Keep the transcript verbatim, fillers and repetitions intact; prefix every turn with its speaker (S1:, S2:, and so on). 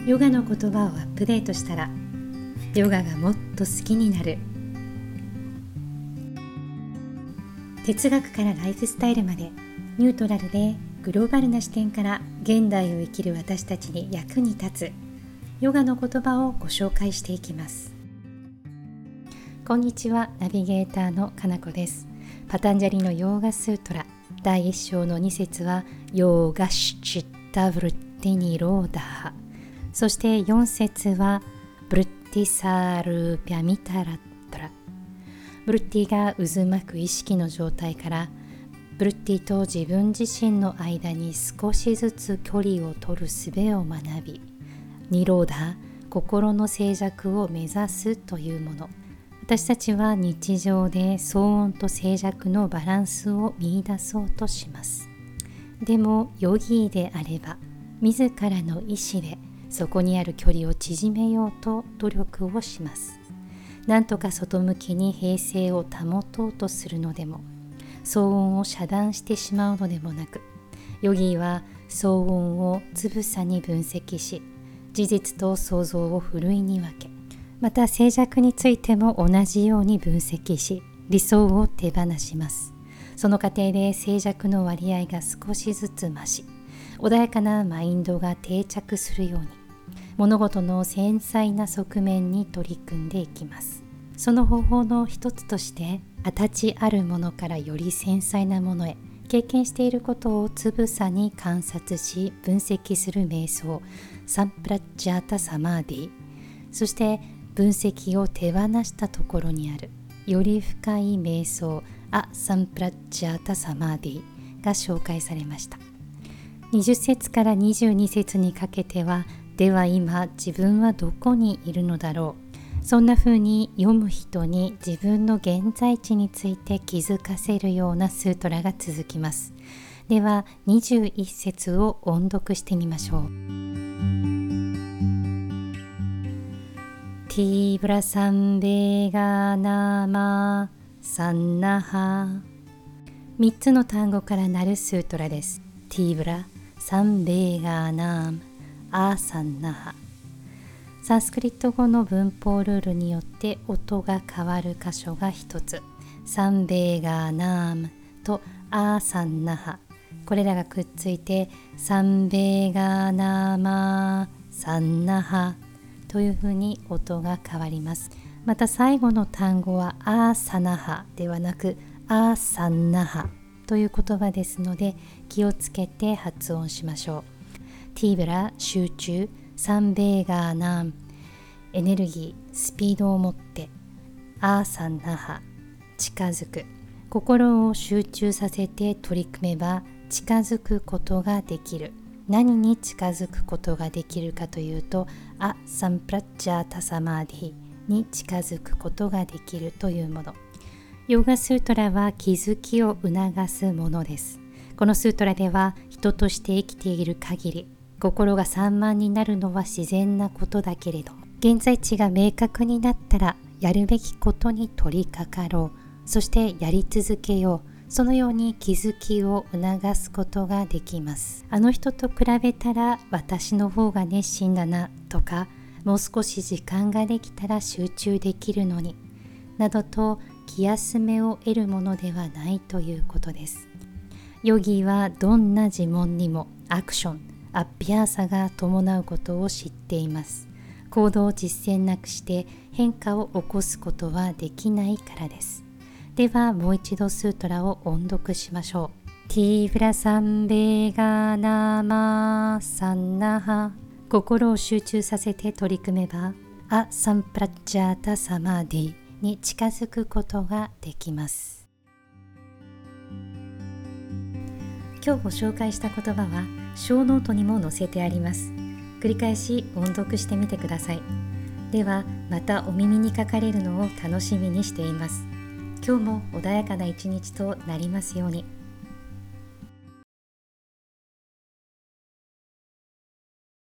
S1: ヨガの言葉をアップデートしたらヨガがもっと好きになる。哲学からライフスタイルまでニュートラルでグローバルな視点から現代を生きる私たちに役に立つヨガの言葉をご紹介していきます。こんにちは、ナビゲーターのかなこです。パタンジャリのヨーガスートラだいいっ章のに節はヨーガシチッタブルッティニローダー、そしてよん節はブルッティサールピャミタラットラ。ブルッティが渦巻く意識の状態からブルッティと自分自身の間に少しずつ距離を取る術を学び、ニローダ、心の静寂を目指すというもの。私たちは日常で騒音と静寂のバランスを見出そうとします。でもヨギーであれば自らの意志でそこにある距離を縮めようと努力をします。なんとか外向きに平静を保とうとするのでも、騒音を遮断してしまうのでもなく、ヨギーは騒音をつぶさに分析し、事実と想像をふるいに分け、また静寂についても同じように分析し、理想を手放します。その過程で静寂の割合が少しずつ増し、穏やかなマインドが定着するように、物事の繊細な側面に取り組んでいきます。その方法の一つとして、形あるものからより繊細なものへ、経験していることをつぶさに観察し分析する瞑想、サンプラッジャータサマーディ、そして分析を手放したところにあるより深い瞑想、アサンプラッジャータサマーディが紹介されました。にじゅっ節からにじゅうに節にかけては、では今自分はどこにいるのだろう、そんな風に読む人に自分の現在地について気づかせるようなスートラが続きます。ではにじゅういち節を音読してみましょう。ティーブラサンベーガーナーマーサンナハ。みっつの単語からなるスートラです。ティーブラ、サンベーガーナーム、アーサンナハ。サンスクリット語の文法ルールによって音が変わる箇所が一つ。サンベーガーナームとアーサンナハ、これらがくっついてサンベーガーナーマーサンナハというふうに音が変わります。また最後の単語はアーサナハではなくアーサンナハという言葉ですので、気をつけて発音しましょう。ティーブラ、集中、サンベーガーナーム、エネルギー、スピードを持って、アーサンナハ、近づく。心を集中させて取り組めば近づくことができる。何に近づくことができるかというと、アサンプラッジャータサマーディに近づくことができるというもの。ヨガスートラは気づきを促すものです。このスートラでは、人として生きている限り、心が散漫になるのは自然なことだけれども、現在地が明確になったら、やるべきことに取り掛かろう。そしてやり続けよう。そのように気づきを促すことができます。あの人と比べたら私の方が熱心だなとか、もう少し時間ができたら集中できるのに、などと気休めを得るものではないということです。ヨギはどんな呪文にもアクション、アッピアーサが伴うことを知っています。行動を実践なくして変化を起こすことはできないからです。ではもう一度スートラを音読しましょう。ティーブラサンベーガーナーマーサンナハ。心を集中させて取り組めば、アサンプラッジャータサマーディに近づくことができます。今日ご紹介した言葉は小ノートにも載せてあります。繰り返し音読してみてください。ではまたお耳にかかれるのを楽しみにしています。今日も穏やかな一日となりますように。